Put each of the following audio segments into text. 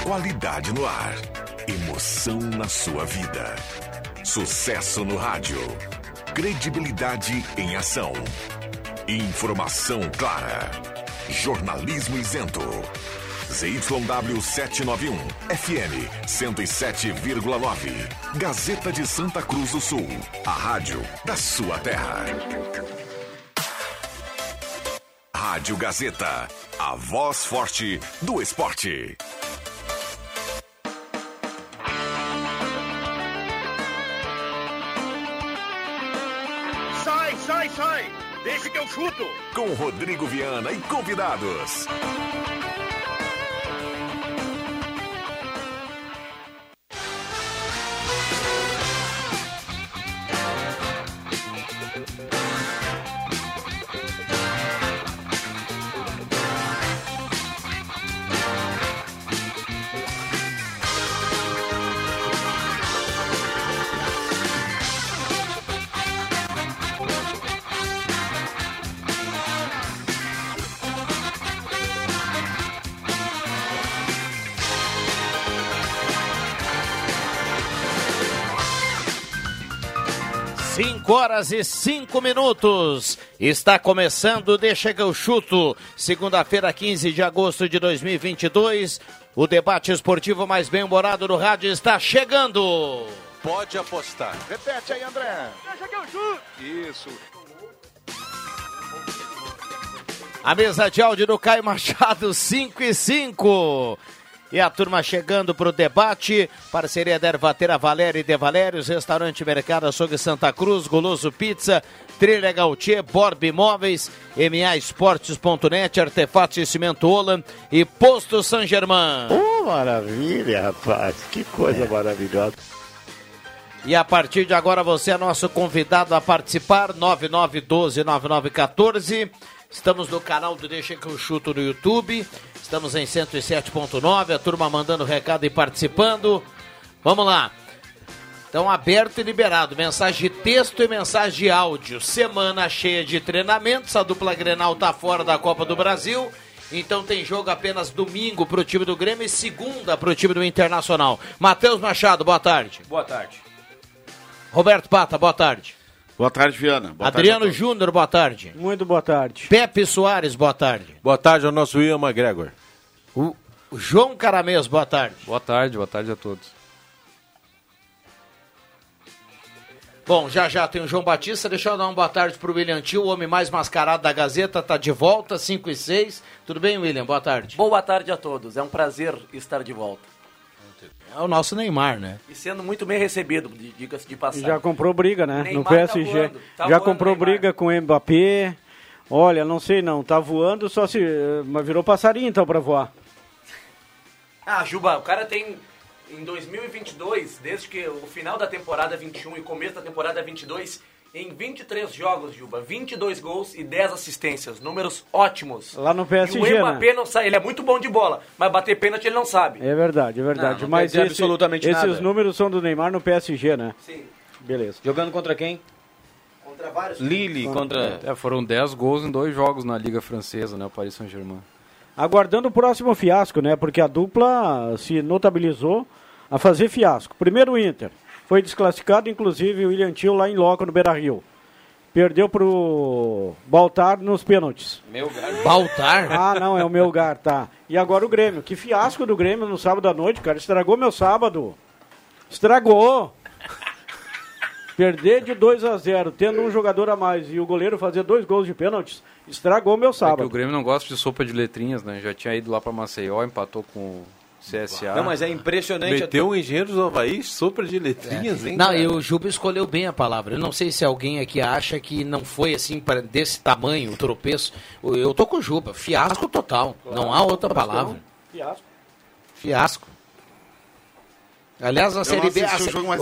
Qualidade no ar. Emoção na sua vida. Sucesso no rádio. Credibilidade em ação. Informação clara. Jornalismo isento. ZYW 791, FM 107,9. Gazeta de Santa Cruz do Sul. A rádio da sua terra. Rádio Gazeta. A voz forte do esporte. Sai! Deixa que eu chuto! Com Rodrigo Viana e convidados. Horas e 5 minutos. Está começando Deixa que eu chuto. Segunda-feira, 15 de agosto de 2022. O debate esportivo mais bem-humorado do rádio está chegando. Pode apostar. Repete aí, André. Deixa que eu chuto. Isso. A mesa de áudio do Caio Machado, 5 e 5. E a turma chegando para o debate, parceria da Ervatera Valéria e De Valérios, Restaurante Mercado Açougue Santa Cruz, Goloso Pizza, Trilha Gautier, Borb Imóveis, MAEsportes.net, Artefatos e Cimento Olan e Posto San Germán. Maravilha, rapaz, que coisa maravilhosa. E a partir de agora você é nosso convidado a participar, 9912-9914. Estamos no canal do Deixa que eu chuto no YouTube. Estamos em 107.9, a turma mandando recado e participando. Vamos lá. Então, aberto e liberado. Mensagem de texto e mensagem de áudio. Semana cheia de treinamentos. A dupla Grenal está fora da Copa do Brasil. Então tem jogo apenas domingo para o time do Grêmio e segunda para o time do Internacional. Matheus Machado, boa tarde. Boa tarde. Roberto Pata, boa tarde. Boa tarde, Viana. Boa Adriano tarde Júnior, boa tarde. Muito boa tarde. Pepe Soares, boa tarde. Boa tarde ao nosso Ian McGregor. O João Caramês, boa tarde. Boa tarde a todos. Bom, já tem o João Batista, deixa eu dar uma boa tarde pro William Tio, o homem mais mascarado da Gazeta, tá de volta, 5 e 6. Tudo bem, William? Boa tarde. Boa tarde a todos, é um prazer estar de volta. É o nosso Neymar, né? E sendo muito bem recebido, diga-se de passagem. Já comprou briga, né? Neymar no PSG. tá já voando, comprou Neymar. briga com o Mbappé. Olha, não sei não, tá voando só se... Mas virou passarinho então pra voar. Ah, Juba, o cara tem, em 2022, desde que o final da temporada 21 e começo da temporada 22, em 23 jogos, Juba, 22 gols e 10 assistências, números ótimos. Lá no PSG, e o Mbappé né? não sabe, ele é muito bom de bola, mas bater pênalti ele não sabe. É verdade. Não Mas quer dizer absolutamente nada. esses números são do Neymar no PSG, né? Sim, Beleza. Jogando contra quem? contra vários. Lille, contra... foram 10 gols em 2 jogos na Liga Francesa, né? O Paris Saint-Germain. Aguardando o próximo fiasco, né? Porque a dupla se notabilizou a fazer fiasco. Primeiro o Inter. Foi desclassificado, inclusive, o William Tio lá em loco no Beira-Rio. Perdeu pro Baltar nos pênaltis. Baltar? Ah, não, é o Melgar, tá. E agora o Grêmio. Que fiasco do Grêmio no sábado à noite, cara. Estragou meu sábado. Estragou. Perder de 2-0, tendo um jogador a mais e o goleiro fazer 2 gols de pênaltis, estragou meu É sábado. que o Grêmio não gosta de sopa de letrinhas, né? Já tinha ido lá pra Maceió, empatou com o CSA. Não, mas é impressionante. Meteu um Engenheiros do Havaí, sopa de letrinhas, hein? Não, cara? e o Juba escolheu bem a palavra. Eu não sei se alguém aqui acha que não foi assim, desse tamanho, o tropeço. Eu tô com o Juba, fiasco total. Claro, não há outra palavra. Fiasco. Fiasco. Aliás, na Série B,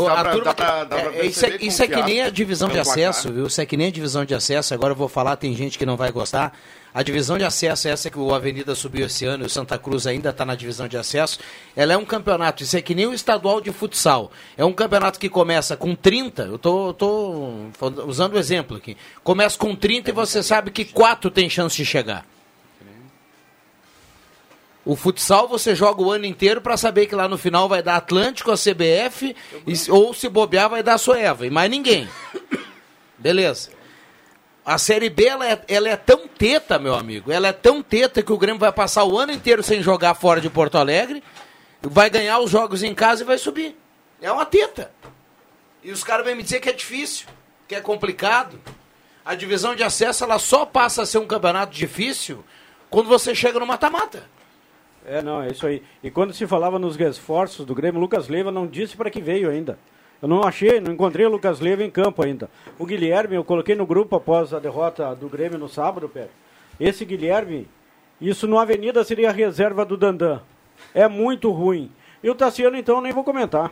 isso é que nem a divisão de acesso, viu? Isso é que nem a divisão de acesso. Agora eu vou falar, tem gente que não vai gostar. A divisão de acesso, essa que o Avenida subiu esse ano, e o Santa Cruz ainda está na divisão de acesso, ela é um campeonato, isso é que nem o estadual de futsal. É um campeonato que começa com 30, eu tô usando o exemplo aqui. Começa com 30 e você sabe que 4 tem chance de chegar. O futsal você joga o ano inteiro para saber que lá no final vai dar Atlântico, a CBF, ou se bobear vai dar Soeva, e mais ninguém. Beleza. A Série B, ela é tão teta, meu amigo, ela é tão teta que o Grêmio vai passar o ano inteiro sem jogar fora de Porto Alegre, vai ganhar os jogos em casa e vai subir. É uma teta. E os caras vão me dizer que é difícil, que é complicado. A divisão de acesso, ela só passa a ser um campeonato difícil quando você chega no mata-mata. É isso aí. E quando se falava nos reforços do Grêmio, Lucas Leiva não disse para que veio ainda. Eu não encontrei o Lucas Leiva em campo ainda. O Guilherme, eu coloquei no grupo após a derrota do Grêmio no sábado, Pedro. Esse Guilherme, isso no Avenida seria a reserva do Dandan. É muito ruim. E o Tassiano, então, nem vou comentar.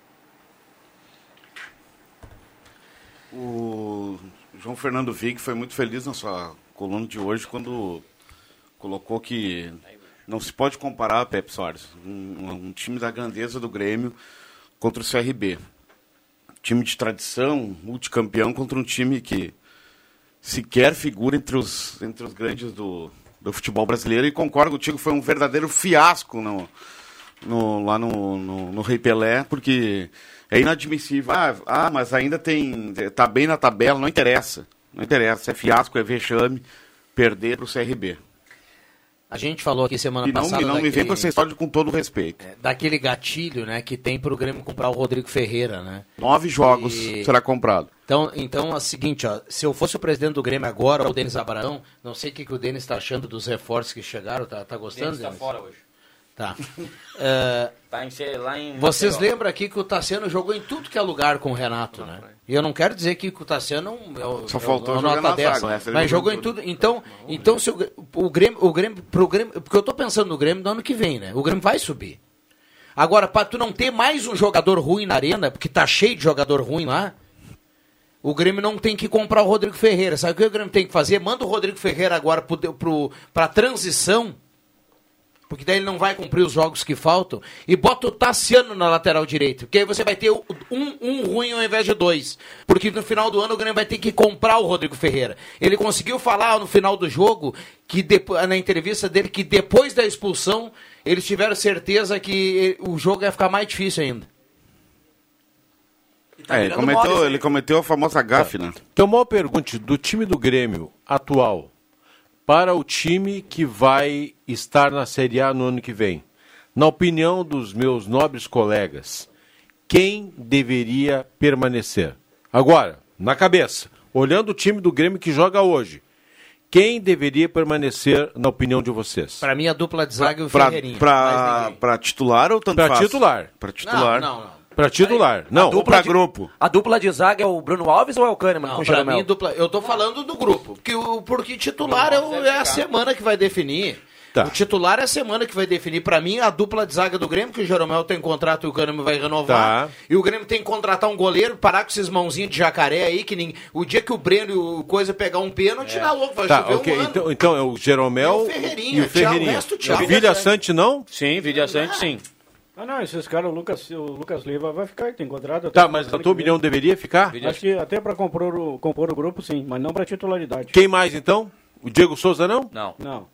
O João Fernando Vig foi muito feliz na sua coluna de hoje quando colocou que não se pode comparar, Pepe Soares, um time da grandeza do Grêmio contra o CRB. Time de tradição, multicampeão, contra um time que sequer figura entre os grandes do futebol brasileiro. E concordo contigo, foi um verdadeiro fiasco lá no Rei Pelé, porque é inadmissível. Mas ainda tá bem na tabela, não interessa. Não interessa, é fiasco, é vexame perder para o CRB. A gente falou aqui semana passada... E não me vem com essa história com todo o respeito. Daquele gatilho, né, que tem pro Grêmio comprar o Rodrigo Ferreira, né? 9 jogos será comprado. Então é o seguinte, ó, se eu fosse o presidente do Grêmio agora, o Denis Abraão, não sei o que o Denis está achando dos reforços que chegaram, tá gostando, Denis? Tá fora hoje. Tá. Tá lá em Vocês lembram aqui que o Tassiano jogou em tudo que é lugar com o Renato, né? E eu não quero dizer que o Tassiano só faltou jogar nota 10, né? Mas jogou em tudo. Então se o Grêmio, porque eu tô pensando no Grêmio do ano que vem, né? O Grêmio vai subir. Agora, para tu não ter mais um jogador ruim na arena, porque tá cheio de jogador ruim lá, o Grêmio não tem que comprar o Rodrigo Ferreira. Sabe o que o Grêmio tem que fazer? Manda o Rodrigo Ferreira agora pra transição, porque daí ele não vai cumprir os jogos que faltam, e bota o Tassiano na lateral direita, porque aí você vai ter um ruim ao invés de 2, porque no final do ano o Grêmio vai ter que comprar o Rodrigo Ferreira. Ele conseguiu falar no final do jogo, na entrevista dele, que depois da expulsão, eles tiveram certeza que o jogo ia ficar mais difícil ainda. Ele cometeu a famosa gafe, né? Então, uma pergunta do time do Grêmio atual para o time que vai estar na Série A no ano que vem. Na opinião dos meus nobres colegas, quem deveria permanecer? Agora, na cabeça, olhando o time do Grêmio que joga hoje, quem deveria permanecer na opinião de vocês? Para mim, a dupla de zaga e o Ferreirinha. Para titular ou tanto faz? Para titular. Para titular. Não. Para titular. Não, ou para grupo. A dupla de zaga é o Bruno Alves ou é o Kahneman? Não, para mim, eu tô falando do grupo. Porque titular é a semana que vai definir. Tá. O titular é a semana que vai definir. Para mim, a dupla de zaga do Grêmio, que o Jeromel tem contrato e o Kahneman vai renovar. Tá. E o Grêmio tem que contratar um goleiro, parar com esses mãozinhos de jacaré aí, que o dia que o Breno e o Coisa pegar um pênalti, na louco, vai chover um ano. Então é o Jeromel e o Ferreirinha. O Vilha Sante não? Sim, Vilha Sante sim. Não, esses caras, o Lucas Leiva vai ficar, tem contrato. Tá, mas a tua opinião deveria ficar? Acho que até para compor o grupo, sim, mas não para titularidade. Quem mais, então? O Diego Souza, não? Não.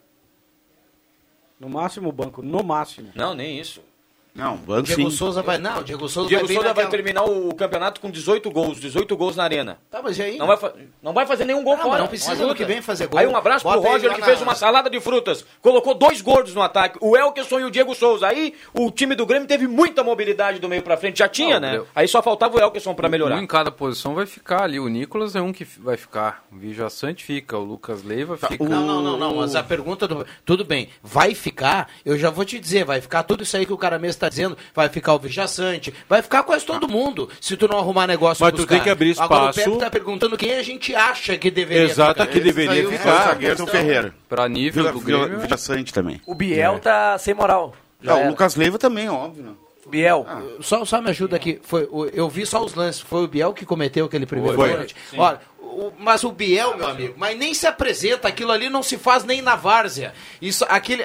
No máximo o banco, no máximo. Não, nem isso. Não, o banco Diego sim. Souza vai... Não, o Diego Souza vai terminar o campeonato com 18 gols na arena. Tá, mas e aí? Não vai fazer nenhum gol fora. Não precisa ano que vem fazer gol. Aí um abraço pro Roger, que fez uma salada de frutas. Colocou 2 gordos no ataque. O Elkeson e o Diego Souza. Aí o time do Grêmio teve muita mobilidade do meio pra frente. Já tinha, né? Aí só faltava o Elkeson pra melhorar. Um em cada posição vai ficar ali. O Nicolas é um que vai ficar. O Vilha Sante fica. O Lucas Leiva fica. Não. Mas a pergunta tudo bem. Vai ficar? Eu já vou te dizer. Vai ficar tudo isso aí que o cara mesmo tá dizendo. Vai ficar o Vijaçante, vai ficar quase todo mundo, se tu não arrumar negócio mas tu tem que abrir espaço. Agora o Pepe tá perguntando quem a gente acha que deveria ficar. Que deveria ficar. O zagueiro Ferreira. Pra nível do Grêmio. Vijaçante também. O Biel tá sem moral. O Lucas Leiva também, óbvio. Né? Biel. Só me ajuda aqui. Eu vi só os lances. Foi o Biel que cometeu aquele primeiro pênalti. Olha, mas o Biel, meu amigo, mas nem se apresenta, aquilo ali não se faz nem na várzea. Isso,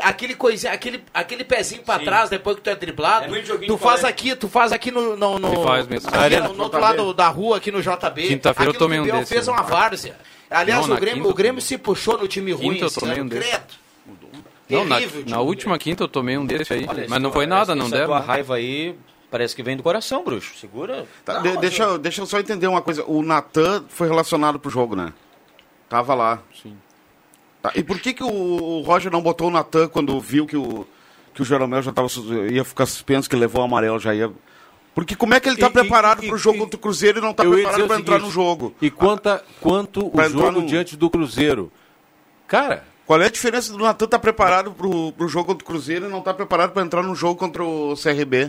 aquele pezinho pra trás, depois que tu é driblado, tu faz aqui no outro lado da rua, aqui no JB. Quinta-feira eu tomei um desses. O Biel fez uma várzea. Aliás, não, o Grêmio se puxou no time ruim esse ano, credo. Não, Terrível, na última quinta eu tomei um desse aí, Olha, mas não foi nada, não essa deram. tua raiva aí parece que vem do coração, bruxo. Segura. Tá, deixa eu só entender uma coisa. O Natan foi relacionado pro jogo, né? Tava lá. Sim. Tá, e por que o Roger não botou o Natan quando viu que o Jeromel já ia ficar suspenso, que levou o amarelo, já ia... Porque como é que ele tá preparado pro jogo contra o Cruzeiro e não tá preparado para entrar no jogo? E quanto o jogo diante do Cruzeiro? Cara... Qual é a diferença do Natan estar preparado pro jogo contra o Cruzeiro e não estar preparado para entrar no jogo contra o CRB?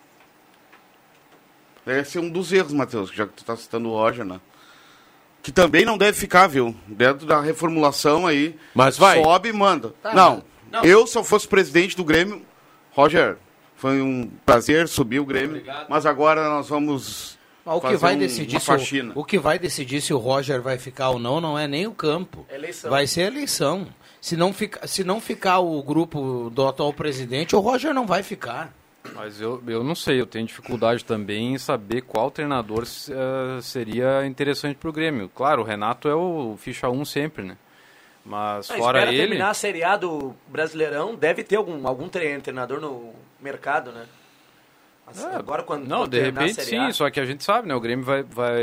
Esse é um dos erros, Matheus, já que tu tá citando o Roger, né? Que também não deve ficar, viu? Dentro da reformulação aí. Mas vai. Sobe e manda. Não. Eu, se eu fosse presidente do Grêmio, Roger, foi um prazer subir o Grêmio. Obrigado. Mas agora nós vamos... O que vai decidir o que vai decidir se o Roger vai ficar ou não é nem o campo. Vai ser a eleição. Se não ficar o grupo do atual presidente, o Roger não vai ficar. Mas eu não sei, eu tenho dificuldade também em saber qual treinador seria interessante para o Grêmio. Claro, o Renato é o ficha 1 sempre, né? Mas fora ele... terminar a Série A do Brasileirão, deve ter algum treinador no mercado, né? Agora quando de repente sim, só que a gente sabe, né? O Grêmio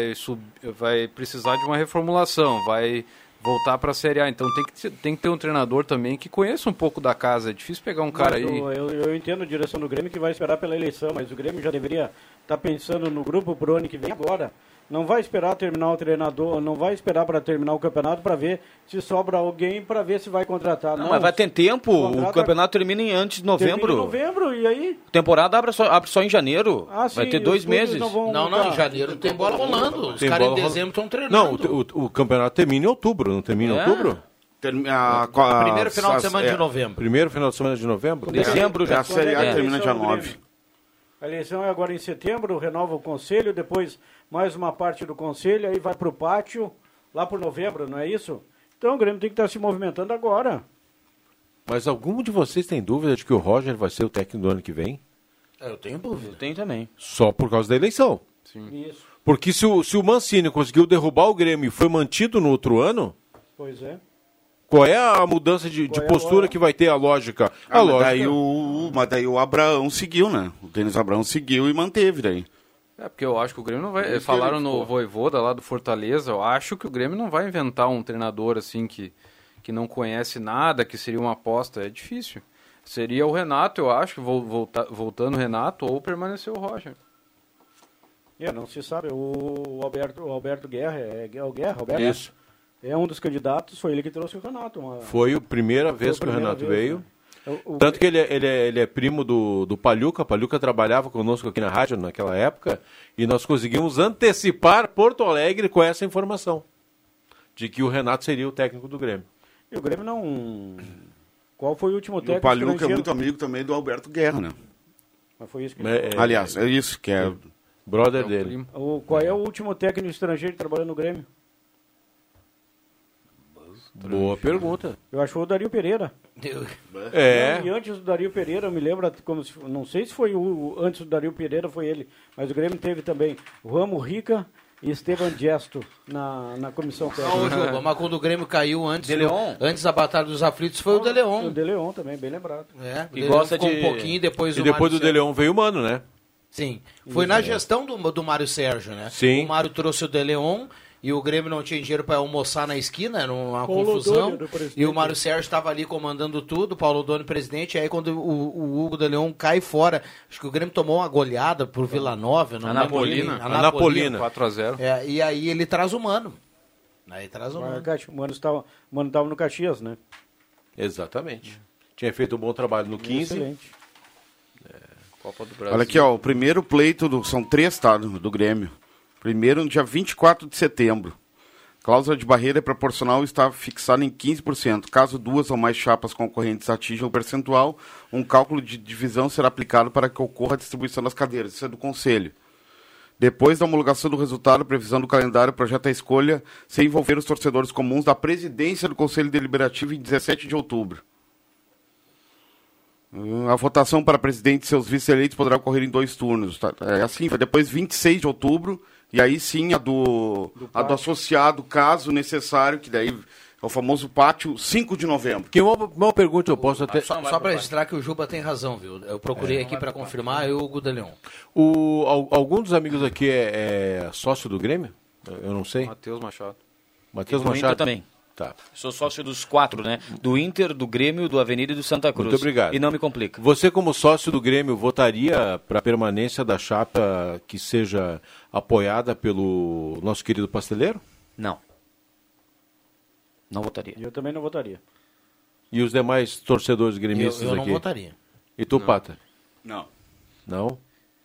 vai precisar de uma reformulação, vai voltar para a Série A. Então tem que ter um treinador também que conheça um pouco da casa. É difícil pegar um cara aí... Eu entendo a direção do Grêmio que vai esperar pela eleição, mas o Grêmio já deveria estar pensando no grupo pro ano que vem agora. Não vai esperar terminar o treinador, não vai esperar para terminar o campeonato para ver se sobra alguém para ver se vai contratar. Não, mas vai ter tempo. O campeonato termina antes de novembro. Termina em novembro, e aí? A temporada abre só em janeiro. Vai ter 2 meses. Não, em janeiro tem bola rolando. Os caras em dezembro estão treinando. Não, o campeonato termina em outubro, não termina em outubro? Primeiro final de semana de novembro. Primeiro final de semana de novembro? Dezembro já. A Série A termina dia 9. A eleição é agora em setembro, renova o conselho, depois mais uma parte do conselho, aí vai para o pátio, lá por novembro, não é isso? Então o Grêmio tem que estar se movimentando agora. Mas algum de vocês tem dúvida de que o Roger vai ser o técnico do ano que vem? Eu tenho dúvida. Eu tenho também. Só por causa da eleição? Sim. Isso. Porque se o Mancini conseguiu derrubar o Grêmio e foi mantido no outro ano... Pois é. Qual é a mudança de postura que vai ter a lógica? Mas daí o Abraão seguiu, né? O Denis Abraão seguiu e manteve daí. Porque eu acho que o Grêmio não vai... Falaram no Vojvoda lá do Fortaleza, eu acho que o Grêmio não vai inventar um treinador assim que não conhece nada, que seria uma aposta. É difícil. Seria o Renato, eu acho, voltando o Renato, ou permanecer o Roger. Não se sabe. O Alberto Guerra, o Guerra, Alberto? Isso. É um dos candidatos, foi ele que trouxe o Renato. Foi a primeira vez que o Renato veio. Né? Tanto que ele é primo do Paluca. O Paluca trabalhava conosco aqui na rádio naquela época. E nós conseguimos antecipar Porto Alegre com essa informação. De que o Renato seria o técnico do Grêmio. E o Grêmio não... Qual foi o último técnico? O Paluca é muito amigo também do Alberto Guerra, né? Mas foi isso que aliás, é isso que é... Brother dele. Qual é o último técnico estrangeiro que trabalhou no Grêmio? Boa pergunta. Eu acho que foi o Dario Pereira. E antes do Dario Pereira, eu me lembro, não sei se foi antes do Dario Pereira, foi ele, mas o Grêmio teve também o Ramo Rica e Esteban Gesto na comissão técnica. Mas quando o Grêmio caiu antes da Batalha dos Aflitos, foi o De Leon. O De Leon também, bem lembrado. E gosta de um pouquinho, depois do De Leon veio o Mano, né? Sim. Foi na gestão do Mário Sérgio, né? Sim. O Mário trouxe o De Leon. E o Grêmio não tinha dinheiro para almoçar na esquina, era uma confusão. E o Mário Sérgio estava ali comandando tudo, Paulo Doni presidente. E aí quando o Hugo de Leon cai fora, acho que o Grêmio tomou uma goleada por Vila Nova. Anapolina. 4-0. E aí ele traz o Mano. O Mano estava no Caxias, né? Exatamente. Tinha feito um bom trabalho no 15. Excelente. Copa do Brasil. Olha aqui, ó, o primeiro pleito, são 3, tá, do Grêmio. Primeiro, no dia 24 de setembro. Cláusula de barreira proporcional está fixada em 15%. Caso 2 ou mais chapas concorrentes atinjam o percentual, um cálculo de divisão será aplicado para que ocorra a distribuição das cadeiras. Isso é do Conselho. Depois da homologação do resultado, previsão do calendário, projeta a escolha sem envolver os torcedores comuns da presidência do Conselho Deliberativo em 17 de outubro. A votação para presidente e seus vice-eleitos poderá ocorrer em 2 turnos. Tá? É assim, vai depois 26 de outubro, e aí sim a do associado, caso necessário, que daí É o famoso pátio 5 de novembro. Que uma pergunta eu posso até... Só para registrar que o Juba tem razão, viu? Eu procurei aqui para confirmar, eu e o Gudaleon. Algum dos amigos aqui é sócio do Grêmio? Eu não sei. Matheus Machado. Matheus do Machado? Inter também. Tá. Sou sócio dos 4, né? Do Inter, do Grêmio, do Avenida e do Santa Cruz. Muito obrigado. E não me complica. Você, como sócio do Grêmio, votaria para a permanência da chapa que seja apoiada pelo nosso querido Pasteleiro? Não. Não votaria. Eu também não votaria. E os demais torcedores gremistas aqui? Eu não votaria. E tu, Pata? Não. Não?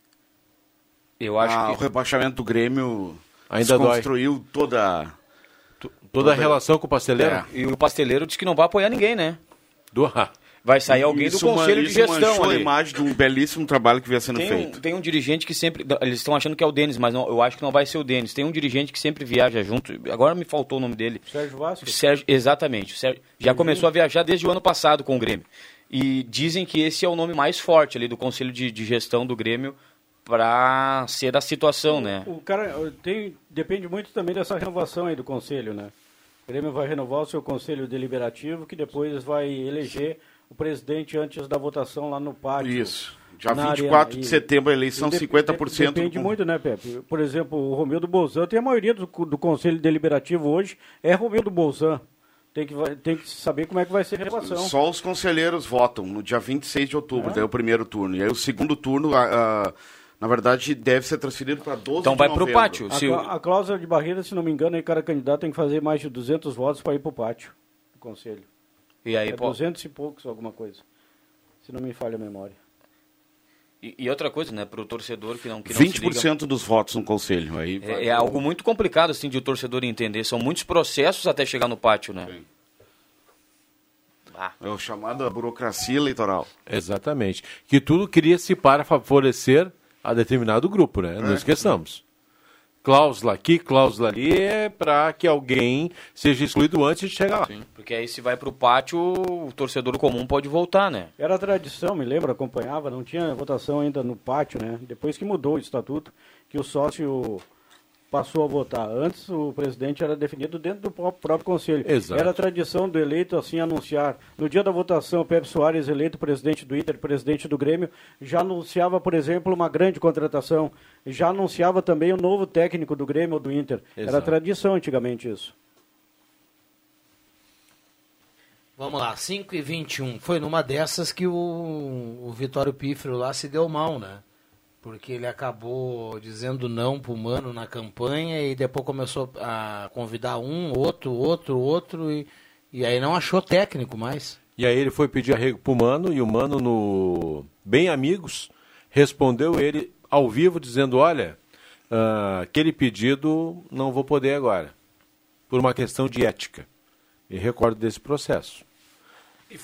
Eu acho que... O rebaixamento do Grêmio ainda construiu toda a relação com o Pasteleiro? É. E o Pasteleiro disse que não vai apoiar ninguém, né? Doar. Vai sair alguém do conselho de gestão ali. A imagem de um belíssimo trabalho que vinha sendo feito. Tem um dirigente que sempre... Eles estão achando que é o Denis, mas não, eu acho que não vai ser o Denis. Tem um dirigente que sempre viaja junto. Agora me faltou o nome dele. Sérgio Vasco? Exatamente. Já começou a viajar desde o ano passado com o Grêmio. E dizem que esse é o nome mais forte ali do conselho de gestão do Grêmio para ser a situação, né? O cara depende muito também dessa renovação aí do conselho, né? O Grêmio vai renovar o seu conselho deliberativo, que depois vai eleger o presidente antes da votação lá no pátio. Isso. Já 24 de setembro, a eleição, 50%. Depende muito, né, Pepe? Por exemplo, o Romildo Bolzan, tem a maioria do Conselho Deliberativo hoje, é Romildo Bolzan. Tem que saber como é que vai ser a renovação. Só os conselheiros votam no dia 26 de outubro, daí é o primeiro turno. E aí o segundo turno, na verdade, deve ser transferido para 12 de novembro. Então vai para o pátio. A cláusula de barreira, se não me engano, aí cada candidato tem que fazer mais de 200 votos para ir para o pátio do Conselho. E aí, 200 e poucos, alguma coisa. Se não me falha a memória. E outra coisa, né, para o torcedor que não 20% dos votos no Conselho. Aí é algo muito complicado, assim, de o torcedor entender. São muitos processos até chegar no pátio, né? É o chamado burocracia eleitoral. Exatamente. Que tudo cria-se para favorecer a determinado grupo, né? Não esqueçamos. Cláusula aqui, cláusula ali, é para que alguém seja excluído antes de chegar lá. Sim, porque aí se vai para o pátio, o torcedor comum pode voltar, né? Era tradição, me lembro, acompanhava, não tinha votação ainda no pátio, né? Depois que mudou o estatuto, que o sócio passou a votar. Antes o presidente era definido dentro do próprio conselho. Exato. Era tradição do eleito assim anunciar. No dia da votação, o Pepe Soares, eleito presidente do Inter, presidente do Grêmio, já anunciava, por exemplo, uma grande contratação. Já anunciava também o novo técnico do Grêmio ou do Inter. Exato. Era tradição antigamente isso. Vamos lá, 5h21. Foi numa dessas que o Vitório Pífero lá se deu mal, né? Porque ele acabou dizendo não pro Mano na campanha e depois começou a convidar outro e aí não achou técnico mais. E aí ele foi pedir arrego pro Mano e o Mano, no Bem Amigos, respondeu ele ao vivo dizendo, olha, aquele pedido não vou poder agora, por uma questão de ética. E recordo desse processo. E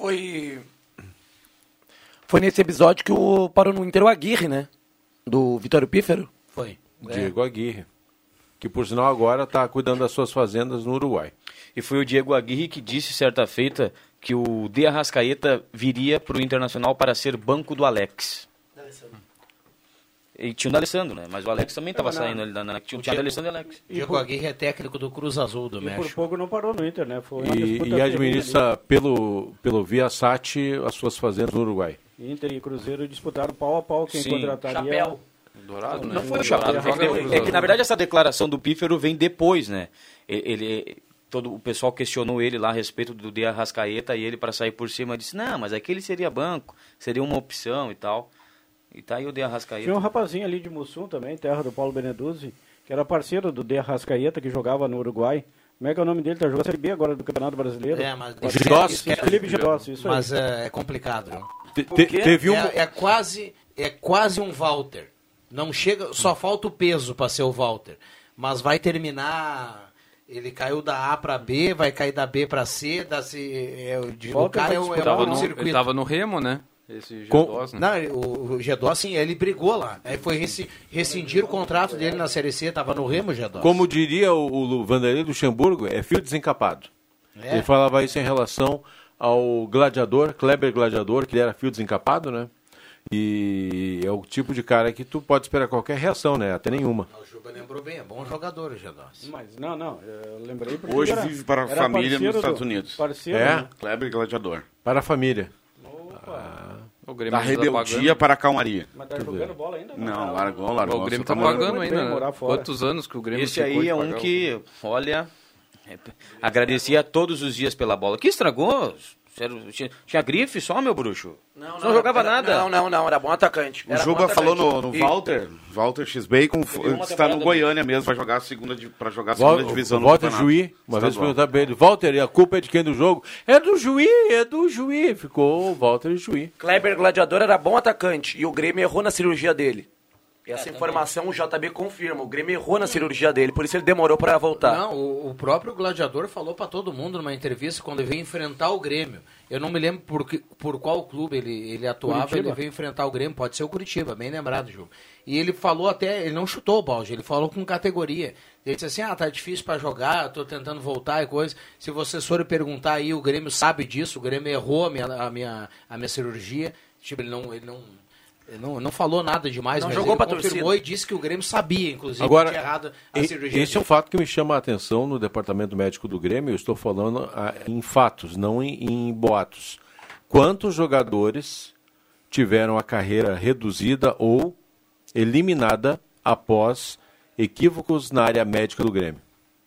foi nesse episódio que parou no Inter o Aguirre, né? Do Vitório Pífero. Foi. Diego Aguirre. Que, por sinal, agora está cuidando das suas fazendas no Uruguai. E foi o Diego Aguirre que disse, certa feita, que o De Arrascaeta viria para o Internacional para ser banco do Alex. E tinha o D'Alessandro, né? Mas o Alex também estava saindo ali. Tinha o D'Alessandro e o Alex. Diego Aguirre é técnico do Cruz Azul do México. Por pouco não parou no Inter, né? Foi e administra pelo Viasat as suas fazendas no Uruguai. Inter e Cruzeiro disputaram pau a pau quem contrataria. Chapéu. Dourado, né? Não foi o Chapéu. É que, na verdade, essa declaração do Pífero vem depois, né? Todo o pessoal questionou ele lá a respeito do De Arrascaeta e ele, para sair por cima, disse, não, mas aquele seria banco, seria uma opção e tal. E tá aí o De Arrascaeta. Tinha um rapazinho ali de Mussum também, terra do Paulo Beneduzzi, que era parceiro do De Arrascaeta, que jogava no Uruguai. Como é que é o nome dele? Tá jogando a Série B agora do Campeonato Brasileiro. Mas Felipe Gedossi, isso aí. Mas é complicado. Teve um... É quase um Walter. Não chega, só falta o peso para ser o Walter. Mas vai terminar... Ele caiu da A para B, vai cair da B para C, o cara é um circuito. Ele estava no Remo, né? Esse Gedossi, né? Não, o Gedossi, ele brigou lá. Aí foi rescindir o contrato dele na Série C, estava no Remo, Gedossi. Como diria o Vanderlei Luxemburgo, é fio desencapado. Ele falava isso em relação ao gladiador, Kleber Gladiador, que ele era fio desencapado, né? E é o tipo de cara que tu pode esperar qualquer reação, né? Até nenhuma. O Juba lembrou bem, é bom jogador o Gedossi. Mas não, eu lembrei porque Hoje vive para a família nos Estados Unidos. Parceiro, É? né? Kleber Gladiador. Para a família. O Grêmio Da tá rebeldia pagando. para a calmaria. Mas tá jogando bola ainda? Não, largou. O Grêmio tá morando. pagando muito bem ainda, morar né? fora. Quantos anos que o Grêmio Esse ficou aí de é um pagar o- que, olha, agradecia todos os dias pela bola. Que estragou? Sério, tinha grife só, meu bruxo? Não jogava nada. Não, era bom atacante. O Juba falou no Walter X-Bacon, uma está no temporada Goiânia mesmo, vai jogar a segunda divisão no Walter campeonato Juí, uma vez estadual. perguntar pra ele, Walter, e a culpa é de quem do jogo? É do Juí. Ficou o Walter Juí. Kleber Gladiador era bom atacante e o Grêmio errou na cirurgia dele. Essa informação o JB confirma. O Grêmio errou na cirurgia dele, por isso ele demorou para voltar. Não, o próprio Gladiador falou pra todo mundo numa entrevista quando ele veio enfrentar o Grêmio. Eu não me lembro por qual clube ele atuava, Curitiba. ele veio enfrentar o Grêmio, pode ser o Curitiba, bem lembrado, Ju. E ele falou até, ele não chutou o balde, ele falou com categoria. Ele disse assim, tá difícil pra jogar, eu tô tentando voltar e coisa. Se vocês forem perguntar aí, o Grêmio sabe disso, o Grêmio errou a minha cirurgia. Tipo, ele não falou nada demais, Não mas jogou ele pra confirmou torcida. e disse que o Grêmio sabia, inclusive, Agora, que tinha errado a cirurgia. esse é um fato que me chama a atenção no departamento médico do Grêmio, eu estou falando em fatos, não em boatos. Quantos jogadores tiveram a carreira reduzida ou eliminada após equívocos na área médica do Grêmio?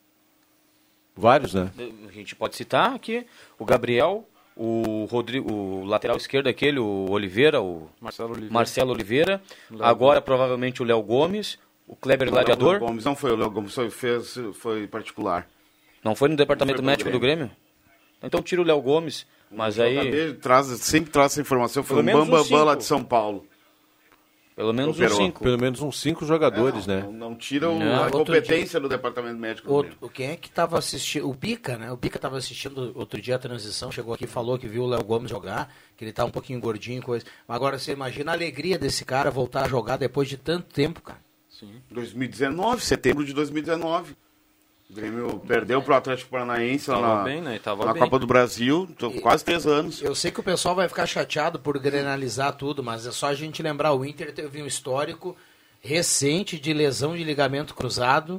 Vários, né? A gente pode citar aqui o Gabriel, o Rodrigo, o lateral esquerdo aquele, o Oliveira, o Marcelo Oliveira. Agora provavelmente o Léo Gomes, o Kleber Gladiador. Não foi o Léo Gomes, foi particular. Não foi no departamento Não foi pro médico do Grêmio? Então tira o Léo Gomes, mas aí Sempre traz essa informação, foi Pelo um menos uns bambambam lá cinco. de São Paulo. pelo menos uns Operou. 5. Pelo menos uns 5 jogadores, né? Não tiram Não, a outro competência do departamento médico do Grêmio. Quem é que estava assistindo? O Bica, né? O Bica estava assistindo outro dia a transição, chegou aqui e falou que viu o Léo Gomes jogar, que ele tá um pouquinho gordinho e coisa. Agora você imagina a alegria desse cara voltar a jogar depois de tanto tempo, cara. Sim. 2019, setembro de 2019. O Grêmio perdeu pro Atlético Paranaense lá Tava na, bem, né? Tava na bem. Copa do Brasil, quase 3 anos. Eu sei que o pessoal vai ficar chateado por grenalizar tudo, mas é só a gente lembrar, o Inter teve um histórico recente de lesão de ligamento cruzado.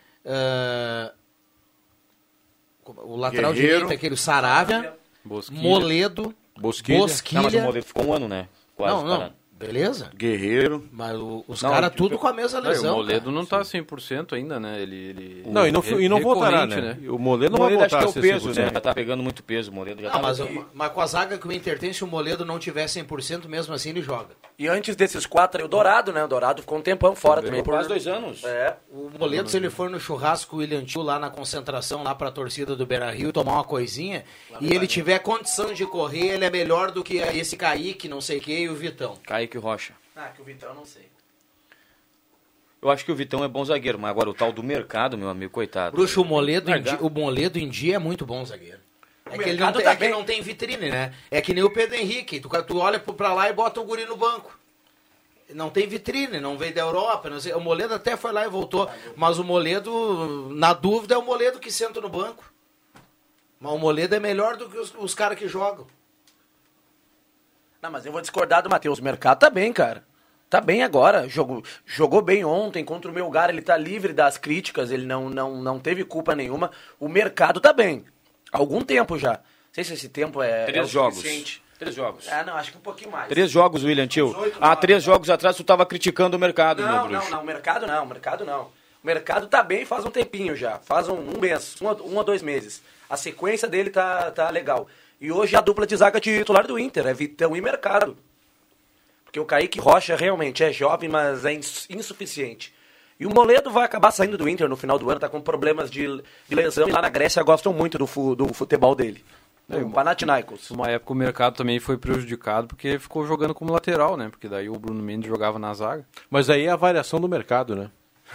O lateral Guerreiro. direito, aquele Saravia, Bosquilha. Moledo, Bosquilha. Não, mas o Bosquilha. Moledo ficou um ano, né? Quase Não, parado. beleza? Guerreiro. Mas os Não, caras o- tudo com a mesma O lesão. Moledo cara. não tá 100% ainda, né? Ele Não, e não voltará, recorrente, né? O Moledo não O vai Moledo acho voltar que é a o ser peso, 100%. né? Já tá pegando muito peso, o Moledo já Não, tá... mas com a zaga que o Inter tem, se o Moledo não tiver 100%, mesmo assim ele joga. E antes desses 4 aí, o Dourado, né? O Dourado ficou um tempão fora também. Quase 2 anos. É. O Moledo, se ele for no churrasco William Tio lá na concentração, lá pra torcida do Beira-Rio, tomar uma coisinha, e ele tiver condição de correr, ele é melhor do que esse Kaique, não sei o que, e o Vitão. Kaique Rocha. Ah, que o Vitão eu não sei. Eu acho que o Vitão é bom zagueiro, mas agora o tal do mercado, meu amigo, coitado. Bruxo, o Moledo em dia é muito bom zagueiro. É que ele não mercado tem, tá é que bem. não tem vitrine, né? É que nem o Pedro Henrique. Tu olha pra lá e bota o guri no banco. Não tem vitrine, não veio da Europa. Não sei. O Moledo até foi lá e voltou. Mas o Moledo, na dúvida, é o Moledo que senta no banco. Mas o Moledo é melhor do que os caras que jogam. Não, mas eu vou discordar do Matheus. O mercado tá bem, cara. Tá bem agora. Jogou bem ontem contra o Melgar. Ele tá livre das críticas. Ele não teve culpa nenhuma. O mercado tá bem. Há algum tempo já. Não sei se esse tempo é 3 o jogos. suficiente. 3 jogos. Ah, não, acho que um pouquinho mais. 3 jogos, William Tio. 18, Há 3 9, jogos atrás tu tava criticando o mercado, meu bruxo. Não, mercado não. O mercado tá bem faz um tempinho já. Faz um mês, um a 2 meses. A sequência dele tá legal. E hoje a dupla de zaga titular do Inter é Vitão e Mercado. Porque o Kaique Rocha realmente é jovem, mas é insuficiente. E o Moledo vai acabar saindo do Inter no final do ano, tá com problemas de lesão. E lá na Grécia gostam muito do futebol dele. O Panathinaikos. Uma época o mercado também foi prejudicado porque ficou jogando como lateral, né? Porque daí o Bruno Mendes jogava na zaga. Mas aí é a variação do mercado, né?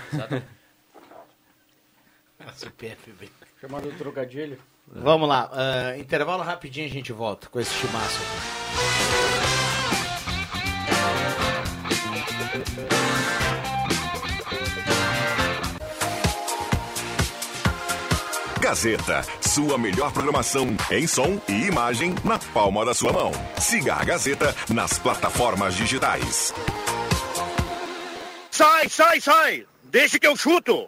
Chamado de trocadilho. Vamos lá, intervalo rapidinho, a gente volta com esse timaço aqui. Gazeta, sua melhor programação em som e imagem na palma da sua mão. Siga a Gazeta nas plataformas digitais. Sai, sai, sai! Deixa que eu chuto!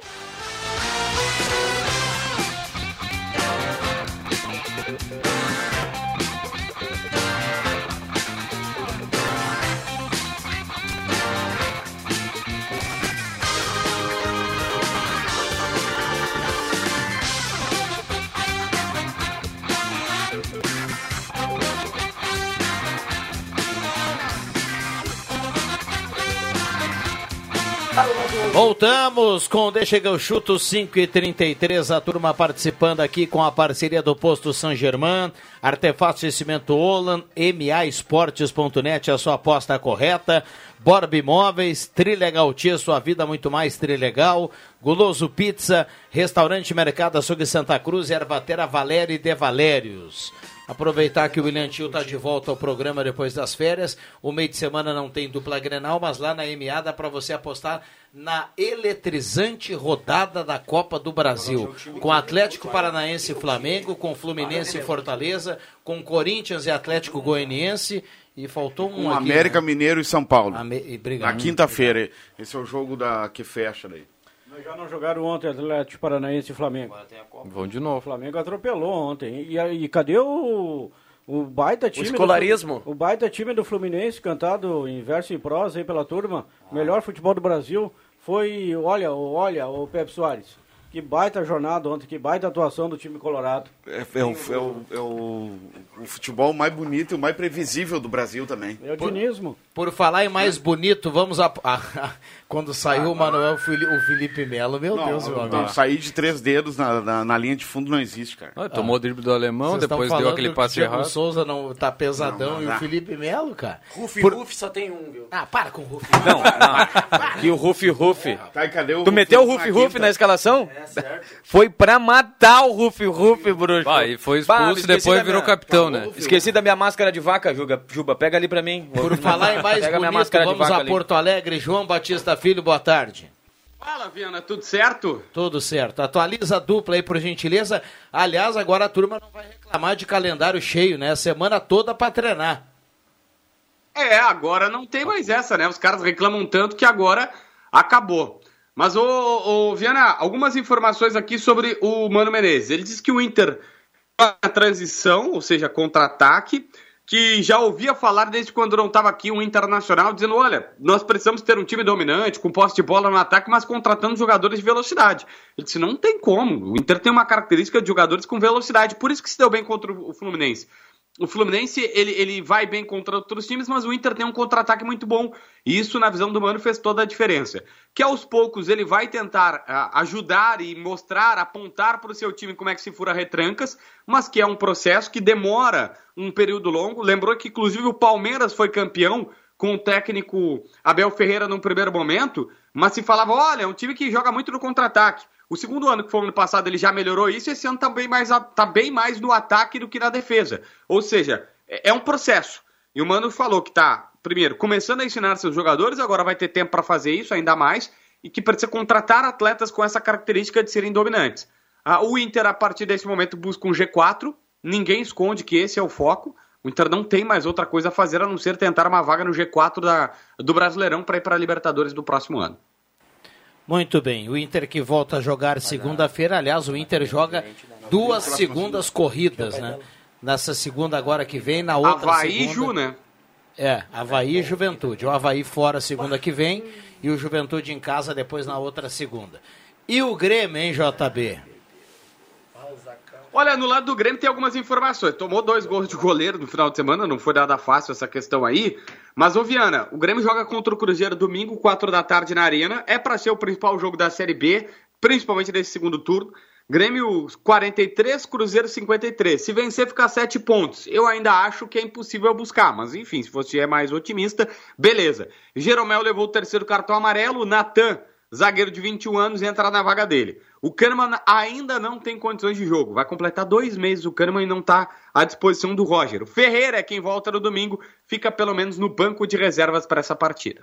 Voltamos com Deixa que eu chuto, 5h33, a turma participando aqui com a parceria do Posto San Germain, Artefatos de Cimento Olan, maesportes.net, a sua aposta correta, Borb Imóveis, Trilegal Tia, sua vida muito mais Trilegal, Guloso Pizza, Restaurante Mercado Açougue Santa Cruz, Ervatera Valério e De Valérios. Aproveitar que o William Tio está de volta ao programa depois das férias. O meio de semana não tem dupla Grenal, mas lá na MA dá para você apostar na eletrizante rodada da Copa do Brasil. Com Atlético Paranaense e Flamengo, com Fluminense e Fortaleza, com Corinthians e Atlético Goianiense. E faltou um aqui, América, né? Mineiro e São Paulo. Obrigado. Na quinta-feira. Esse é o jogo que fecha daí. Já não jogaram ontem Atlético Paranaense e Flamengo. Vão de novo. O Flamengo atropelou ontem. E cadê o baita time? O escolarismo? O baita time do Fluminense, cantado em verso e prosa aí pela turma. Melhor futebol do Brasil. Foi, olha, o Pepe Soares. Que baita jornada ontem, que baita atuação do time colorado. É o futebol mais bonito e o mais previsível do Brasil também. É o dinismo. Por falar em mais bonito, vamos quando saiu o Manuel, o Felipe Melo, meu Deus, meu amigo. Sair de 3 dedos na linha de fundo não existe, cara. Tomou o drible do alemão, Vocês depois deu aquele passe errado. O Souza não tá pesadão e o Felipe Melo, cara. Rufi só tem um, viu? Para com o Rufi. Não. E o Rufi. Tá, e cadê o Tu meteu o Rufi na escalação? Certo. Foi pra matar o Rufi, bruxo. E foi expulso e depois virou capitão, né? Esqueci da minha máscara de vaca, Juba. Pega ali pra mim. Por falar em mais bonito, vamos a Porto Alegre. João Batista Filho, boa tarde. Fala, Viana, tudo certo? Tudo certo. Atualiza a dupla aí, por gentileza. Aliás, agora a turma não vai reclamar de calendário cheio, né? A semana toda pra treinar. Agora não tem mais essa, né? Os caras reclamam tanto que agora acabou. Mas, Viana, algumas informações aqui sobre o Mano Menezes. Ele disse que o Inter a transição, ou seja, contra-ataque, que já ouvia falar desde quando não estava aqui um Internacional, dizendo, olha, nós precisamos ter um time dominante, com posse de bola no ataque, mas contratando jogadores de velocidade. Ele disse, não tem como, o Inter tem uma característica de jogadores com velocidade, por isso que se deu bem contra o Fluminense. O Fluminense, ele vai bem contra outros times, mas o Inter tem um contra-ataque muito bom. E isso, na visão do Mano, fez toda a diferença. Que aos poucos ele vai tentar ajudar e mostrar, apontar para o seu time como é que se fura retrancas, mas que é um processo que demora um período longo. Lembrou que, inclusive, o Palmeiras foi campeão com o técnico Abel Ferreira num primeiro momento, mas se falava, olha, é um time que joga muito no contra-ataque. O segundo ano, que foi o ano passado, ele já melhorou isso, e esse ano tá bem mais no ataque do que na defesa. Ou seja, é um processo. E o Mano falou que tá, primeiro, começando a ensinar seus jogadores, agora vai ter tempo para fazer isso, ainda mais, e que precisa contratar atletas com essa característica de serem dominantes. O Inter, a partir desse momento, busca um G4, ninguém esconde que esse é o foco. O Inter não tem mais outra coisa a fazer a não ser tentar uma vaga no G4 do Brasileirão para ir para a Libertadores do próximo ano. Muito bem, o Inter que volta a jogar segunda-feira, aliás, o Inter joga 2 segundas corridas, né? Nessa segunda agora que vem, na outra Avaí segunda... e Ju, né? Avaí e Juventude. O Avaí fora segunda que vem e o Juventude em casa depois na outra segunda. E o Grêmio, hein, JB? Olha, no lado do Grêmio tem algumas informações. Tomou 2 gols de goleiro no final de semana, não foi nada fácil essa questão aí. Mas, Viana, o Grêmio joga contra o Cruzeiro domingo, 4 da tarde na Arena. É para ser o principal jogo da Série B, principalmente nesse segundo turno. Grêmio 43, Cruzeiro 53. Se vencer, fica 7 pontos. Eu ainda acho que é impossível buscar, mas enfim, se você é mais otimista, beleza. Jeromel levou o 3º cartão amarelo, Natan, zagueiro de 21 anos, entra na vaga dele. O Kahneman ainda não tem condições de jogo. Vai completar 2 meses o Kahneman e não está à disposição do Roger. O Ferreira é quem volta no domingo, fica pelo menos no banco de reservas para essa partida.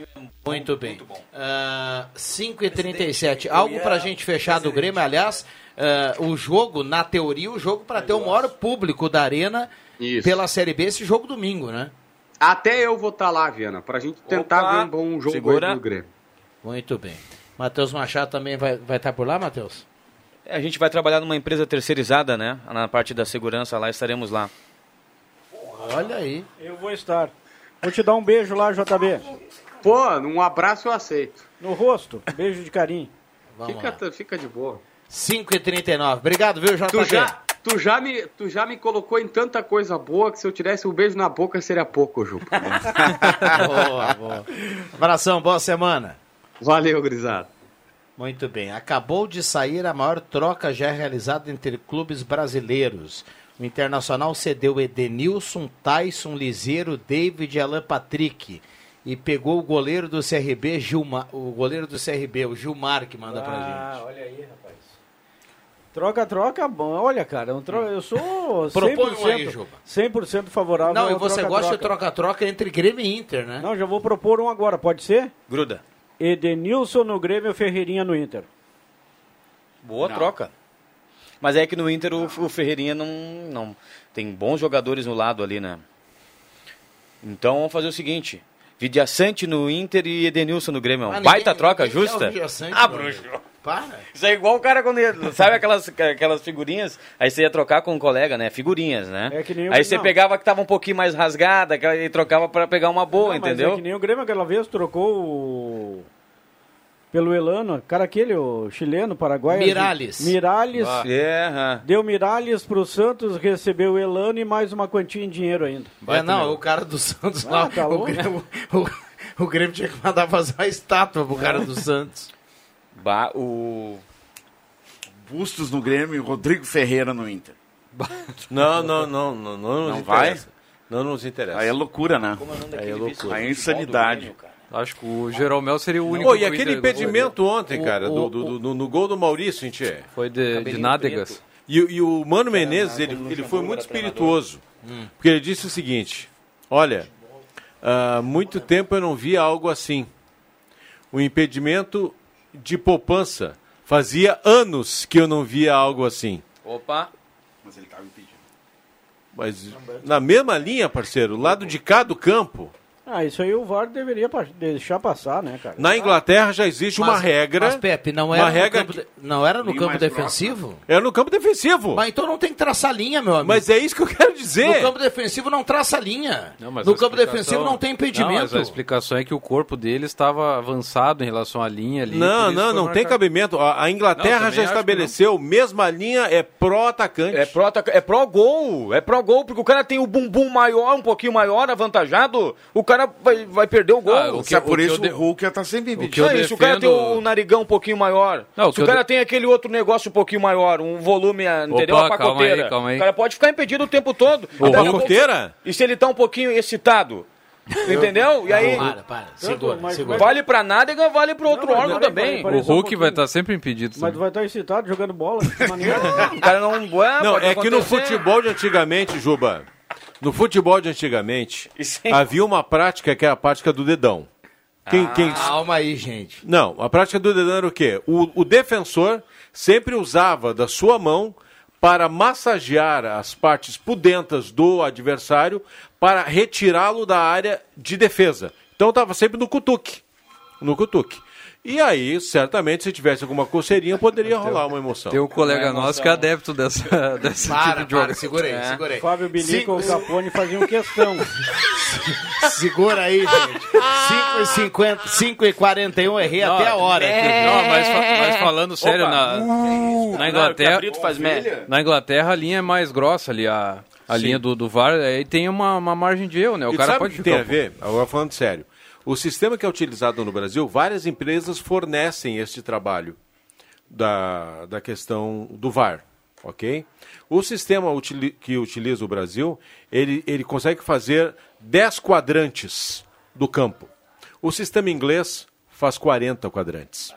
Muito bem. 5h37. Algo para a gente fechar do Grêmio, aliás, o jogo, na teoria, o jogo para ter o maior público da Arena pela Série B, esse jogo domingo, né? Até eu vou estar lá, Viana, pra gente tentar ver um bom jogo do Grêmio. Muito bem. Matheus Machado também vai estar por lá, Matheus? A gente vai trabalhar numa empresa terceirizada, né? Na parte da segurança lá, estaremos lá. Olha aí. Eu vou estar. Vou te dar um beijo lá, JB. Pô, um abraço eu aceito. No rosto, beijo de carinho. Fica de boa. 5h39. Obrigado, viu, JB? Tu já me colocou em tanta coisa boa que se eu tivesse um beijo na boca seria pouco, Ju. Boa. Abração, boa semana. Valeu, gurizada. Muito bem. Acabou de sair a maior troca já realizada entre clubes brasileiros. O Internacional cedeu Edenilson, Tyson, Liseiro, David e Alan Patrick. E pegou o goleiro do CRB, o Gilmar, que manda pra gente. Olha aí, rapaz. Troca, bom. Olha, cara, eu sou 100% favorável. Não, e você gosta de troca-troca entre Grêmio e Inter, né? Não, já vou propor um agora, pode ser? Gruda. Edenilson no Grêmio e Ferreirinha no Inter. Boa troca. Mas é que no Inter o Ferreirinha não tem bons jogadores no lado ali, né? Então vamos fazer o seguinte: Vidiaçante no Inter e Edenilson no Grêmio. Baita troca justa? Bruxo. Para. Isso é igual o cara quando sabe aquelas figurinhas, aí você ia trocar com um colega, né? Figurinhas, né? Aí você pegava que tava um pouquinho mais rasgada e trocava para pegar uma boa, entendeu? Mas é que nem o Grêmio aquela vez trocou pelo Elano, cara aquele, o chileno, paraguaio. Miralles. Deu Miralles pro Santos, recebeu o Elano e mais uma quantia em dinheiro ainda. O cara do Santos lá, tá o Grêmio tinha que mandar fazer uma estátua pro cara do Santos. O Bustos no Grêmio e Rodrigo Ferreira no Inter. Não nos interessa. Não nos interessa. Aí é loucura, né? Aí é loucura. Aí é insanidade. Acho que o Jeromel seria o único... E aquele impedimento ontem, cara, no gol do Maurício, gente. Foi de nádegas. E o Mano Menezes, ele foi muito espirituoso. Porque ele disse o seguinte: olha, há muito tempo eu não via algo assim. O impedimento de poupança. Fazia anos que eu não via algo assim. Opa! Mas ele estava impedido. Mas na mesma linha, parceiro, lado de cá do campo... isso aí o VAR deveria deixar passar, né, cara? Na Inglaterra já existe uma regra... Mas, Pepe, não era no campo defensivo? Era no campo defensivo. Mas então não tem que traçar linha, meu amigo. Mas é isso que eu quero dizer. No campo defensivo não traça linha. No campo defensivo não tem impedimento. Mas a explicação é que o corpo dele estava avançado em relação à linha ali. Não tem cabimento. A Inglaterra já estabeleceu, mesma linha é pró-atacante. É pró-gol. É pró-gol, porque o cara tem o bumbum maior, um pouquinho maior, avantajado, o cara vai perder o gol. Por isso o Hulk está sempre impedido. Se o cara tem o narigão um pouquinho maior, se o cara tem aquele outro negócio um pouquinho maior, um volume, entendeu? A pacoteira. Calma aí. O cara pode ficar impedido o tempo todo. A pacoteira? E se ele tá um pouquinho excitado? Entendeu? E aí... Para. Segura. Vale pra nádega, vale pro outro órgão também. O Hulk vai estar sempre impedido. Mas vai estar excitado jogando bola. O cara não... Não, é que no futebol de antigamente, Juba... No futebol de antigamente, havia uma prática que é a prática do dedão. Calma aí, gente. Não, a prática do dedão era o quê? O defensor sempre usava da sua mão para massagear as partes pudentas do adversário para retirá-lo da área de defesa. Então estava sempre no cutuque. E aí, certamente, se tivesse alguma coceirinha, poderia rolar uma emoção. Tem um colega nosso que é adepto desse tipo de jogo. Segura aí. Fábio Bilico ou o Capone faziam questão. Segura aí, gente. 5h41, errei até a hora. Mas falando sério, na Inglaterra... Na Inglaterra, a linha é mais grossa ali, a linha do VAR, aí tem uma margem de erro, né? O cara pode ficar... Tem a ver, agora falando sério. O sistema que é utilizado no Brasil, várias empresas fornecem este trabalho da questão do VAR, ok? O sistema que utiliza o Brasil, ele consegue fazer 10 quadrantes do campo. O sistema inglês faz 40 quadrantes.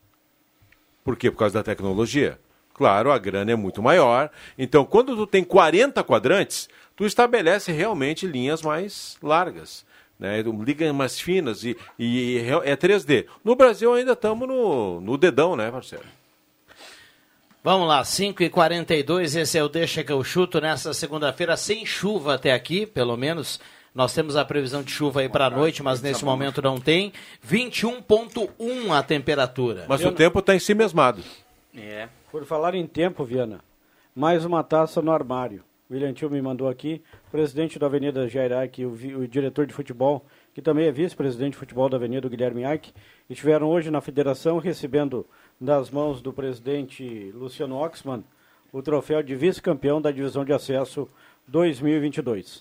Por quê? Por causa da tecnologia. Claro, a grana é muito maior. Então, quando tu tem 40 quadrantes, tu estabelece realmente linhas mais largas. Né, ligas mais finas e é 3D. No Brasil ainda estamos no dedão, né, parceiro? Vamos lá, 5h42, esse é o Deixa que eu chuto nessa segunda-feira, sem chuva até aqui, pelo menos. Nós temos a previsão de chuva aí para a noite, mas nesse momento não tem. 21,1 a temperatura. Mas o tempo está em si mesmado. Por falar em tempo, Viana, mais uma taça no armário. O William Tio me mandou aqui, presidente da Avenida Jair Aik, o diretor de futebol, que também é vice-presidente de futebol da Avenida, o Guilherme Aik, estiveram hoje na federação recebendo das mãos do presidente Luciano Oxman o troféu de vice-campeão da divisão de acesso 2022.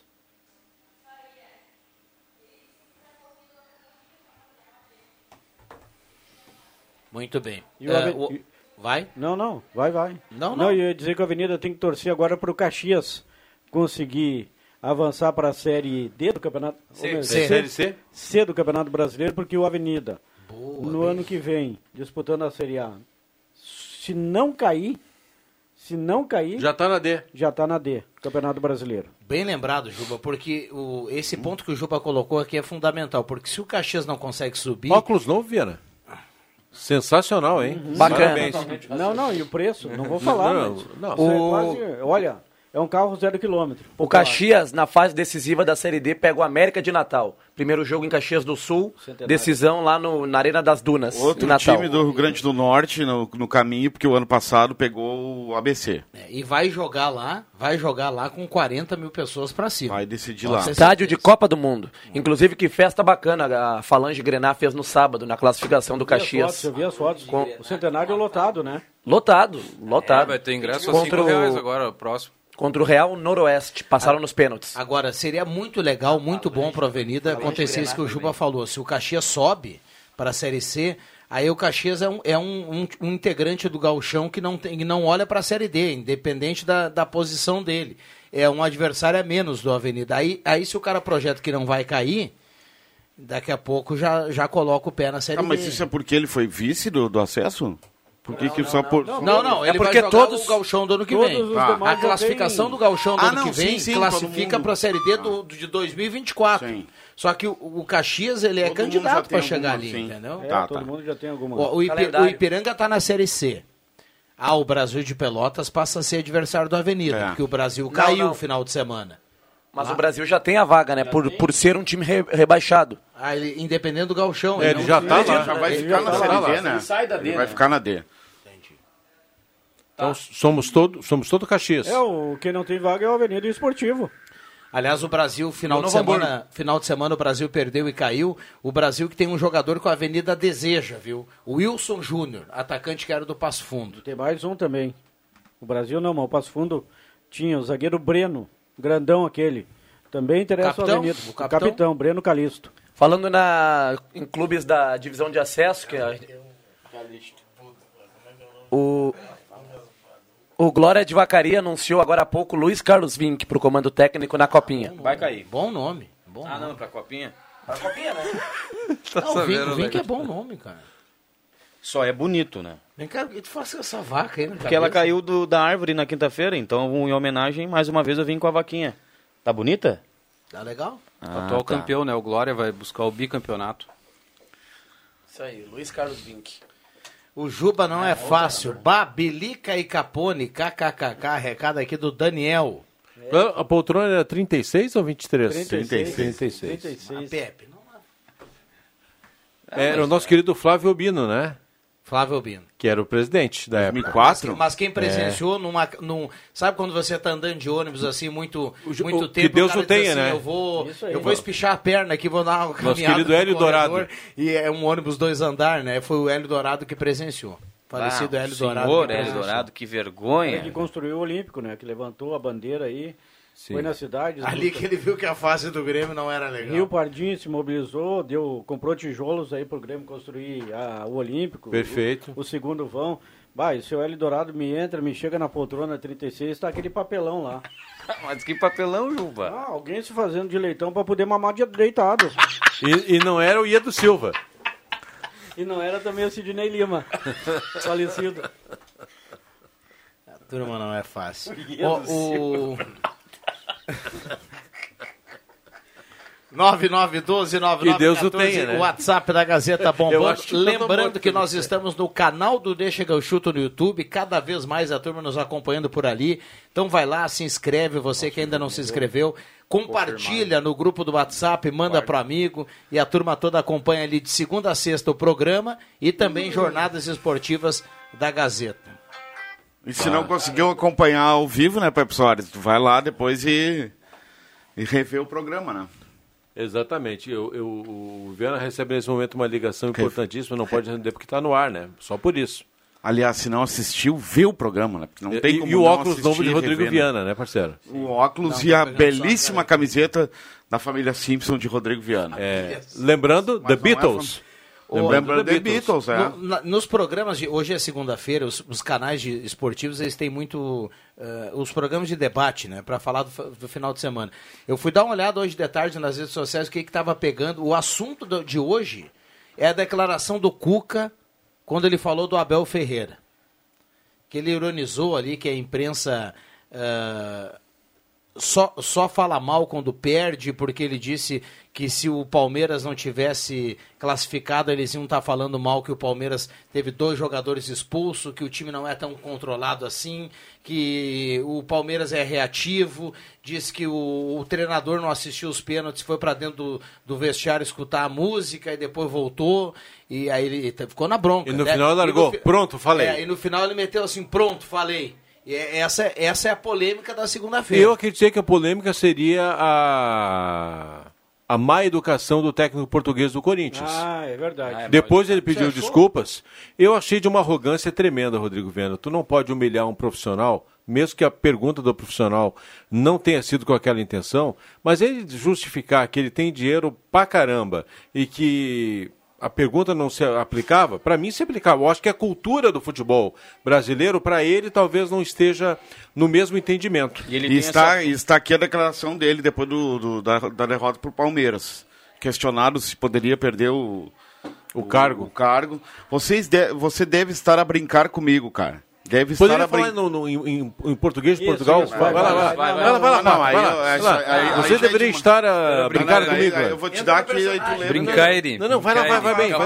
Muito bem. Vai? Não, vai. Não. Eu ia dizer que a Avenida tem que torcer agora para o Caxias conseguir avançar para a Série D do Campeonato... Série C? C do Campeonato Brasileiro, porque o Avenida, ano que vem, disputando a Série A, se não cair... Já está na D. Já está na D, Campeonato Brasileiro. Bem lembrado, Juba, porque esse ponto que o Juba colocou aqui é fundamental, porque se o Caxias não consegue subir... Óculos novo, Viana. Sensacional, hein? Bacana. Não, e o preço? Não vou falar, mas... Olha, é um carro 0 km. O Caxias, na fase decisiva da Série D, pega o América de Natal. Primeiro jogo em Caxias do Sul, decisão lá na Arena das Dunas. Outro Natal. time do Rio Grande do Norte no caminho, porque o ano passado pegou o ABC. E vai jogar lá com 40 mil pessoas para cima. Vai decidir lá. Estádio de Copa do Mundo. Inclusive, que festa bacana a Falange Grená fez no sábado, na classificação do Caxias. Eu vi as fotos. O centenário lotado, né? Lotado. Vai ter ingresso a R$5 agora, o próximo. Contra o Real Noroeste, passaram nos pênaltis. Agora, seria muito legal, muito bom para a Avenida acontecer isso que o Juba falou. Se o Caxias sobe para a Série C, aí o Caxias é um integrante do gauchão que não olha para a Série D, independente da posição dele. É um adversário a menos do Avenida. Aí se o cara projeta que não vai cair, daqui a pouco já coloca o pé na Série D. Mas isso é porque ele foi vice do acesso? Por que só por... Não, ele porque vai jogar todos o gauchão do ano que vem. A classificação do gauchão do ano que vem classifica para a Série D de 2024. Sim. Só que o Caxias, ele é candidato para chegar ali, entendeu? Todo mundo já tem alguma. O Ipiranga está na Série C. O Brasil de Pelotas passa a ser adversário do Avenida, porque o Brasil caiu no final de semana. Mas o Brasil já tem a vaga, né? Por ser um time rebaixado. Independente do gauchão. Ele já está lá. Já vai ficar na Série D, né? Ele sai da D, vai ficar na D. Então somos todo Caxias. Quem não tem vaga é o Avenida Esportivo. Aliás, o Brasil, final de semana o Brasil perdeu e caiu. O Brasil que tem um jogador que a Avenida deseja, viu? O Wilson Júnior, atacante que era do Passo Fundo. Tem mais um também. O Brasil não, mas o Passo Fundo tinha o zagueiro Breno, grandão aquele. Também interessa o Avenida. O capitão, Breno Calisto. Falando em clubes da divisão de acesso, que é... O Glória de Vacaria anunciou agora há pouco Luiz Carlos Vinck para o comando técnico na Copinha. Vai cair. Bom nome. Não, para a Copinha? Para a Copinha, né? O Vinck é bom nome, cara. Só é bonito, né? Vem cá, tu faz essa vaca aí na Porque ela caiu da árvore na quinta-feira, então em homenagem, mais uma vez eu vim com a vaquinha. Tá bonita? Tá legal. Atual campeão, né? O Glória vai buscar o bicampeonato. Isso aí, Luiz Carlos Vinck. O Juba não é fácil. Babilica e Capone, kkkk, recado aqui do Daniel. A poltrona era 36 ou 23? 36. Pepe. Era o nosso querido Flávio Albino, né? Flávio Albino. Que era o presidente da 2004. época. Mas quem presenciou sabe quando você tá andando de ônibus assim, muito tempo... Que Deus o tenha, assim, né? Eu vou espichar a perna aqui, vou dar uma caminhada. Nosso querido Hélio Dourado. E é um ônibus 2 andar, né? Foi o Hélio Dourado que presenciou. Falecido Hélio Dourado. Senhor Hélio Dourado, que vergonha. Ele construiu o Olímpico, né? Que levantou a bandeira aí. Sim. Foi na cidade. Ali que ele viu que a fase do Grêmio não era legal. Rio Pardinho se mobilizou, comprou tijolos aí pro Grêmio construir o Olímpico. Perfeito. O segundo vão. E se o Hélio Dourado me chega na poltrona 36, tá aquele papelão lá. Mas que papelão, Juba? Alguém se fazendo de leitão pra poder mamar deitado. E não era o Iedo Silva. E não era também o Sidney Lima, falecido. A turma não é 9912-9914, Que Deus o tenha, né? o WhatsApp da Gazeta bombando. que Lembrando que nós estamos no canal do Deixa que eu chuto no YouTube, cada vez mais a turma nos acompanhando por ali. Então vai lá, se inscreve, você que ainda não se inscreveu, compartilha no grupo do WhatsApp, manda pro amigo e a turma toda acompanha ali de segunda a sexta o programa e também jornadas esportivas da Gazeta. E se não conseguiu acompanhar ao vivo, né, Pepe Soares, tu vai lá depois e rever o programa, né? Exatamente. O Viana recebe nesse momento uma ligação importantíssima, não pode atender porque está no ar, né? Só por isso. Aliás, se não assistiu, vê o programa, né? Porque não tem como e o não óculos assistir novo de e Rodrigo rever, Viana, né, parceiro? O óculos e a belíssima camiseta da família Simpson de Rodrigo Viana. Lembrando, The Beatles. Lembrando The Beatles, Nos programas de... Hoje é segunda-feira, os canais esportivos, eles têm muito... os programas de debate, né? Para falar do final de semana. Eu fui dar uma olhada hoje de tarde nas redes sociais, o que estava pegando. O assunto de hoje é a declaração do Cuca quando ele falou do Abel Ferreira. Que ele ironizou ali que a imprensa... Só fala mal quando perde, porque ele disse que se o Palmeiras não tivesse classificado, eles iam estar falando mal que o Palmeiras teve 2 jogadores expulsos, que o time não é tão controlado assim, que o Palmeiras é reativo, disse que o treinador não assistiu os pênaltis, foi para dentro do vestiário escutar a música e depois voltou, e aí ele ficou na bronca. E no final ele largou, pronto, falei. E no final ele meteu assim, pronto, falei. E essa é a polêmica da segunda-feira. Eu acreditei que a polêmica seria a má educação do técnico português do Corinthians. É verdade. Depois ele pediu desculpas. Eu achei de uma arrogância tremenda, Rodrigo Viana. Tu não pode humilhar um profissional, mesmo que a pergunta do profissional não tenha sido com aquela intenção, mas ele justificar que ele tem dinheiro pra caramba e que... a pergunta não se aplicava, para mim se aplicava. Eu acho que a cultura do futebol brasileiro, para ele, talvez não esteja no mesmo entendimento. E está aqui a declaração dele depois da derrota para o Palmeiras. Questionado se poderia perder o cargo. Você deve estar a brincar comigo, cara. Poderia falar em português de Portugal? Vai lá. Você deveria estar a brincar comigo. Eu vou te dar aqui e tu lembra. Brincaire. Não, vai lá, vai bem.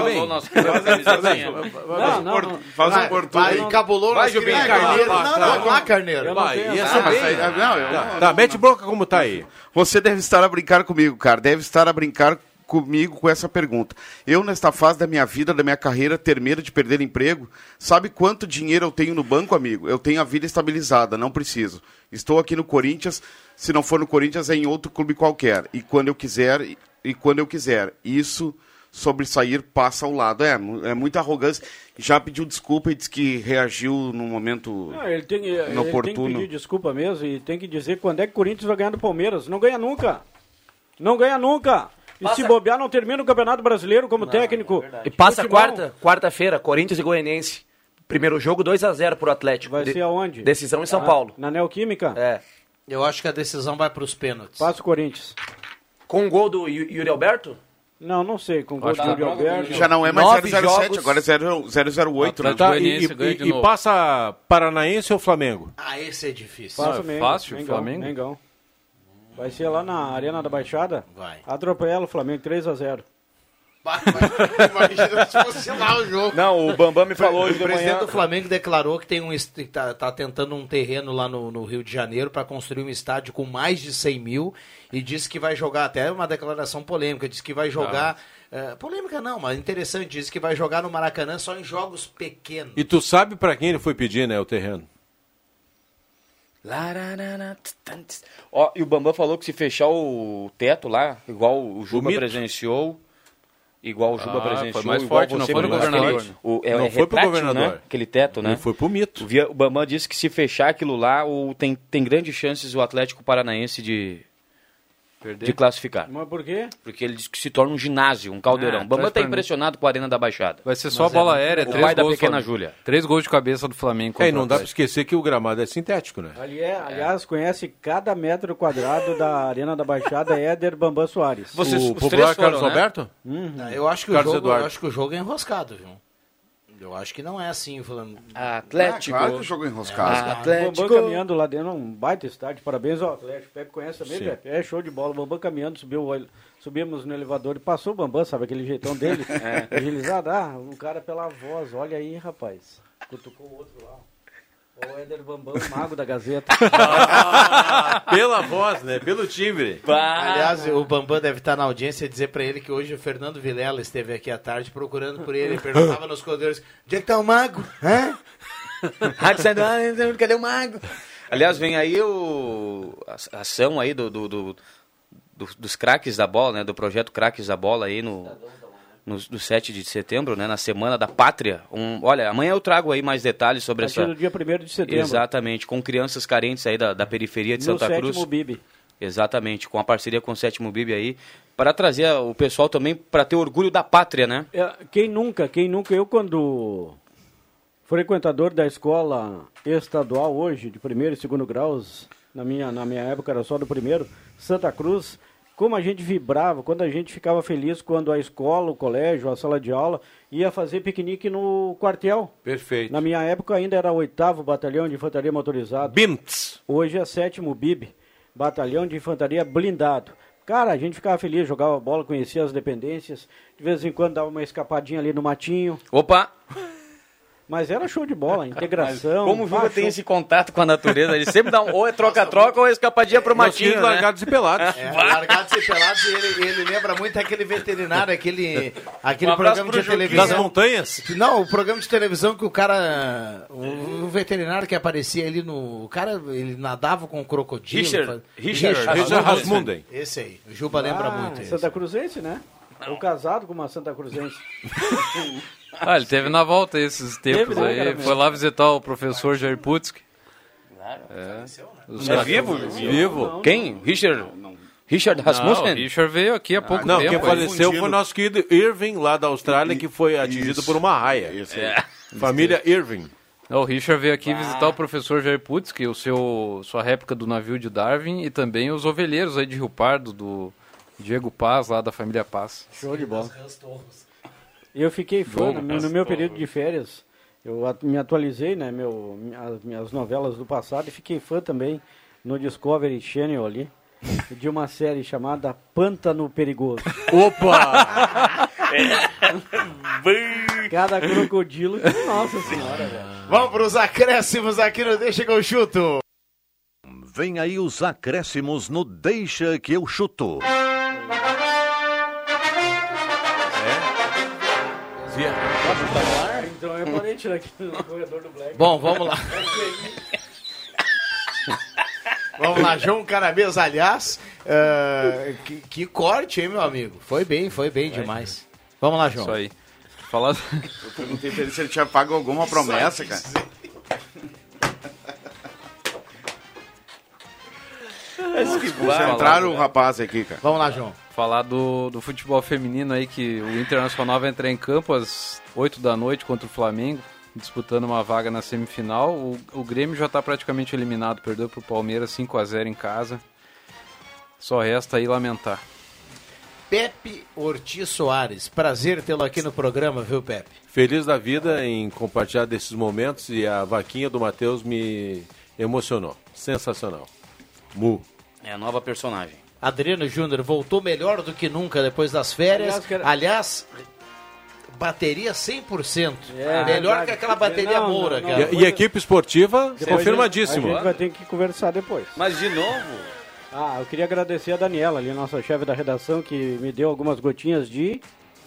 Faz um português. Encabulou vai, Jubim. Não, Carneiro. Tá, mete boca como tá aí. Você deve estar a brincar comigo, cara. Deve estar a brincar comigo com essa pergunta. Eu, nesta fase da minha vida, da minha carreira, ter medo de perder emprego? Sabe quanto dinheiro eu tenho no banco, amigo? Eu tenho a vida estabilizada, não preciso. Estou aqui no Corinthians, se não for no Corinthians, é em outro clube qualquer. E quando eu quiser. Isso, sobressair, passa ao lado. É muita arrogância. Já pediu desculpa e disse que reagiu no momento inoportuno. Ele tem que pedir desculpa mesmo e tem que dizer quando é que o Corinthians vai ganhar do Palmeiras. Não ganha nunca. Não ganha nunca. E se bobear, não termina o Campeonato Brasileiro como técnico. E passa quarta-feira, Corinthians e Goianiense. Primeiro jogo, 2-0 pro Atlético. Vai ser aonde? Decisão em São Paulo. Na Neoquímica? É. Eu acho que a decisão vai pros pênaltis. Passa o Corinthians. Com o gol do Yuri Alberto? Não sei. Com o gol do Yuri Alberto. Já não é mais 007, agora é 008. Né? E passa Paranaense ou Flamengo? Esse é difícil. Passa mesmo. Fácil, Flamengo. Mengão. Vai ser lá na Arena da Baixada? Vai. Atropela o Flamengo 3-0. Imagina se fosse lá o jogo. Não, o Bambam me falou hoje de manhã. O presidente do Flamengo declarou que tá tentando um terreno lá no Rio de Janeiro para construir um estádio com mais de 100 mil e disse que vai jogar, até uma declaração polêmica, disse que vai jogar... polêmica não, mas interessante, disse que vai jogar no Maracanã só em jogos pequenos. E tu sabe para quem ele foi pedir, né, o terreno? E o Bambam falou que se fechar o teto lá, igual o Juba presenciou, foi mais forte, não foi no governador. Não foi pro governador. Né? Aquele teto, né? Ele foi pro mito. O Bambam disse que se fechar aquilo lá, tem grandes chances o Atlético Paranaense de classificar. Mas por quê? Porque ele diz que se torna um ginásio, um caldeirão. Bambam tá impressionado com a Arena da Baixada. Vai ser só a bola aérea, o pai da pequena Júlia. 3 gols de cabeça do Flamengo. E não dá pra esquecer que o gramado é sintético, né? Aliás, conhece cada metro quadrado da Arena da Baixada Éder Bambam Soares. Os três foram, Carlos né? Alberto? Eu acho que o jogo é enroscado, viu? Eu acho que não é assim, falando. Atlético. Claro que o jogo é enroscado. Atlético. O Bambam caminhando lá dentro, um baita estádio. Parabéns ao Atlético. O Pepe conhece também, Pepe? É show de bola. O Bambam caminhando, subimos no elevador e passou o Bambam, sabe aquele jeitão dele? Agilizado. Um cara pela voz, olha aí, rapaz. Cutucou o outro lá. O Éder Bambam, o mago da Gazeta. Pela voz, né? Pelo timbre. Aliás, o Bambam deve estar na audiência e dizer pra ele que hoje o Fernando Vilela esteve aqui à tarde procurando por ele. Perguntava nos corredores, onde é que tá o mago? Hã? Rádio Santo, cadê o mago? Aliás, vem aí a ação aí dos craques da bola, né? Do projeto Craques da Bola aí no 7 de setembro, né, na Semana da Pátria. Olha, amanhã eu trago aí mais detalhes sobre essa... no dia 1º de setembro. Exatamente, com crianças carentes aí da periferia de Santa Cruz. No 7º BIB. Exatamente, com a parceria com o 7º BIB aí, para trazer o pessoal também para ter orgulho da pátria, né? Quem nunca, eu quando frequentador da escola estadual hoje, de 1º e 2º graus, na minha época era só do 1º, Santa Cruz... Como a gente vibrava, quando a gente ficava feliz quando a escola, o colégio, a sala de aula ia fazer piquenique no quartel. Perfeito. Na minha época ainda era o 8º Batalhão de Infantaria Motorizada. BIMTS. Hoje é 7º BIB, Batalhão de Infantaria Blindado. Cara, a gente ficava feliz, jogava bola, conhecia as dependências. De vez em quando dava uma escapadinha ali no matinho. Opa! Mas era show de bola, integração. Como o Juba tem esse contato com a natureza, ele sempre dá ou é troca-troca ou é escapadinha pro matinho, né? Largados e pelados. Largados e pelados, ele lembra muito aquele veterinário, aquele programa de televisão. Das montanhas? Não, o programa de televisão que o cara, o veterinário que aparecia ali no... O cara, ele nadava com o crocodilo. Richard Rasmussen. Esse aí, o Juba lembra muito. Santa Cruzense, né? Ou casado com uma Santa Cruzense. Ele teve na volta esses tempos aí. Foi lá visitar o professor Jair Putzki. Claro. É vivo? Vivo. Não. Quem? Richard Rasmussen? O Richard veio aqui há pouco tempo. Não, quem faleceu foi o nosso querido Irving, lá da Austrália, que foi atingido por uma raia. Família Irving. O Richard veio aqui visitar o professor Jair Putzki, sua réplica do navio de Darwin, e também os ovelheiros aí de Rio Pardo, do Diego Paz, lá da família Paz. Show de bola. Eu fiquei fã, no meu período de férias, eu me atualizei, né, as minhas novelas do passado, e fiquei fã também no Discovery Channel ali, de uma série chamada Pântano Perigoso. Opa! Cada crocodilo, nossa senhora, velho. Vamos para os acréscimos aqui no Deixa que eu chuto. Vem aí os acréscimos no Deixa que eu chuto. Então eu parei de tirar aqui no corredor do Black. Bom, vamos lá. Vamos lá, João Caramês, aliás, que corte, hein, meu amigo? Foi bem demais. Vamos lá, João. Isso aí. Falar... Eu perguntei pra ele se ele tinha pago alguma promessa, cara. Entraram o rapaz aqui, cara. Vamos lá, João. Falar do futebol feminino aí, que o Internacional vai entrar em campo às 8 da noite contra o Flamengo, disputando uma vaga na semifinal. O Grêmio já está praticamente eliminado, perdeu pro Palmeiras 5-0 em casa. Só resta aí lamentar. Pepe Ortiz Soares, prazer tê-lo aqui no programa, viu, Pepe? Feliz da vida em compartilhar desses momentos, e a vaquinha do Matheus me emocionou. Sensacional. É a nova personagem. Adriano Júnior voltou melhor do que nunca depois das férias. Aliás, bateria 100%. Melhor que aquela bateria Moura, cara. E a equipe esportiva, confirmadíssimo. A gente vai ter que conversar depois. Mas de novo? Eu queria agradecer a Daniela, ali, nossa chefe da redação, que me deu algumas gotinhas de...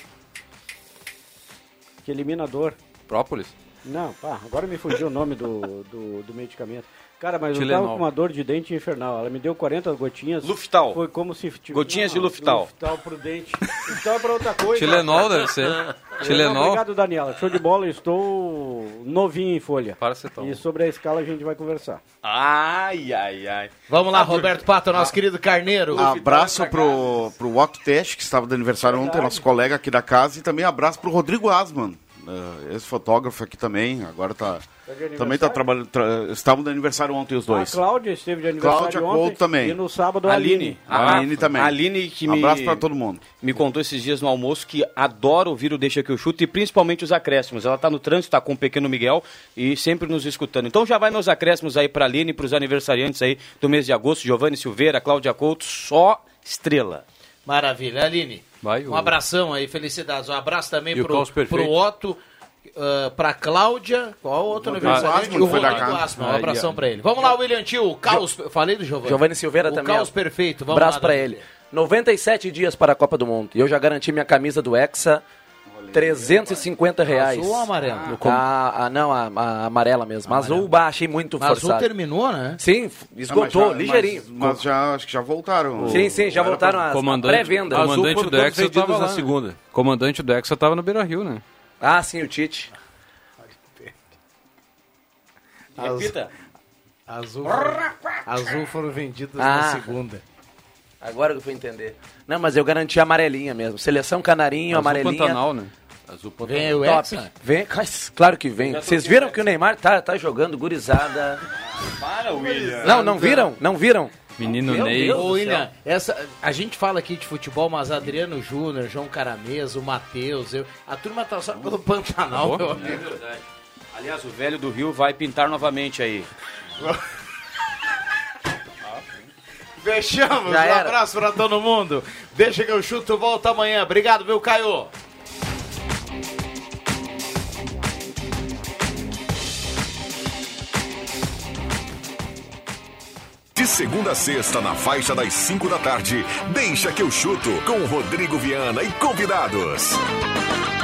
Que eliminador. Própolis? Não, agora me fugiu o nome do medicamento. Cara, mas eu tava com uma dor de dente infernal. Ela me deu 40 gotinhas. Luftal. Foi como se... Gotinhas de Luftal. Luftal pro dente. Luftal é pra outra coisa. Tilenol deve ser. Tilenol. Obrigado, Daniela. Show de bola. Estou novinho em folha. Paracetamol. E sobre a escala a gente vai conversar. Ai. Vamos lá, Roberto Pato, nosso querido Carneiro. Abraço pro Walk Test, que estava de aniversário ontem, nosso colega aqui da casa. E também abraço pro Rodrigo Asman, esse fotógrafo aqui também, agora também está trabalhando, estavam de aniversário ontem os dois. A Cláudia esteve de aniversário Cláudia ontem. Couto também. E no sábado a Aline. A Aline também. A Aline que abraço para todo mundo. Me contou esses dias no almoço que adora ouvir o Deixa Que Eu Chuto e principalmente os acréscimos. Ela está no trânsito, está com o pequeno Miguel e sempre nos escutando. Então já vai meus acréscimos aí para a Aline e para os aniversariantes aí do mês de agosto. Giovanni Silveira, Cláudia Couto, só estrela. Maravilha. Aline, um abração aí, felicidades. Um abraço também pro Otto, pra Cláudia, qual outro aniversário? O Rodrigo Asma, um abração pra ele. Vamos lá, William Tio, o caos, falei do Giovanni. Giovanni Silveira também. O caos perfeito, vamos abraço lá. Pra ele. 97 dias para a Copa do Mundo. E eu já garanti minha camisa do Hexa, R$350. Azul ou amarelo? Não, a amarela mesmo. Azul, achei muito forçado. Azul terminou, né? Sim, esgotou, ligeirinho. Mas acho que já voltaram. Sim, já voltaram a pré-venda. O comandante do Hexa estava na segunda. O comandante do Hexa estava no Beira-Rio, né? Ah, sim, o Tite. Repita. Azul foram vendidos na segunda. Agora que eu fui entender. Não, mas eu garanti a amarelinha mesmo. Seleção Canarinho, Azul amarelinha. Pantanal, né? Azul Pantanal. Vem o Hexa? Vem, claro que vem. Vocês viram que o Neymar tá jogando gurizada? Para, William. Não viram? Não viram? Menino Meu Ney. Deus Ô, William, a gente fala aqui de futebol, mas Adriano Júnior, João Caramês, o Matheus, a turma tá só pelo Pantanal, meu amigo. É verdade. Aliás, o velho do Rio vai pintar novamente aí. Fechamos, um abraço pra todo mundo. Deixa que eu chuto, volta amanhã. Obrigado, meu Caio. De segunda a sexta, na faixa das 5 da tarde, Deixa que eu chuto, com Rodrigo Viana e convidados.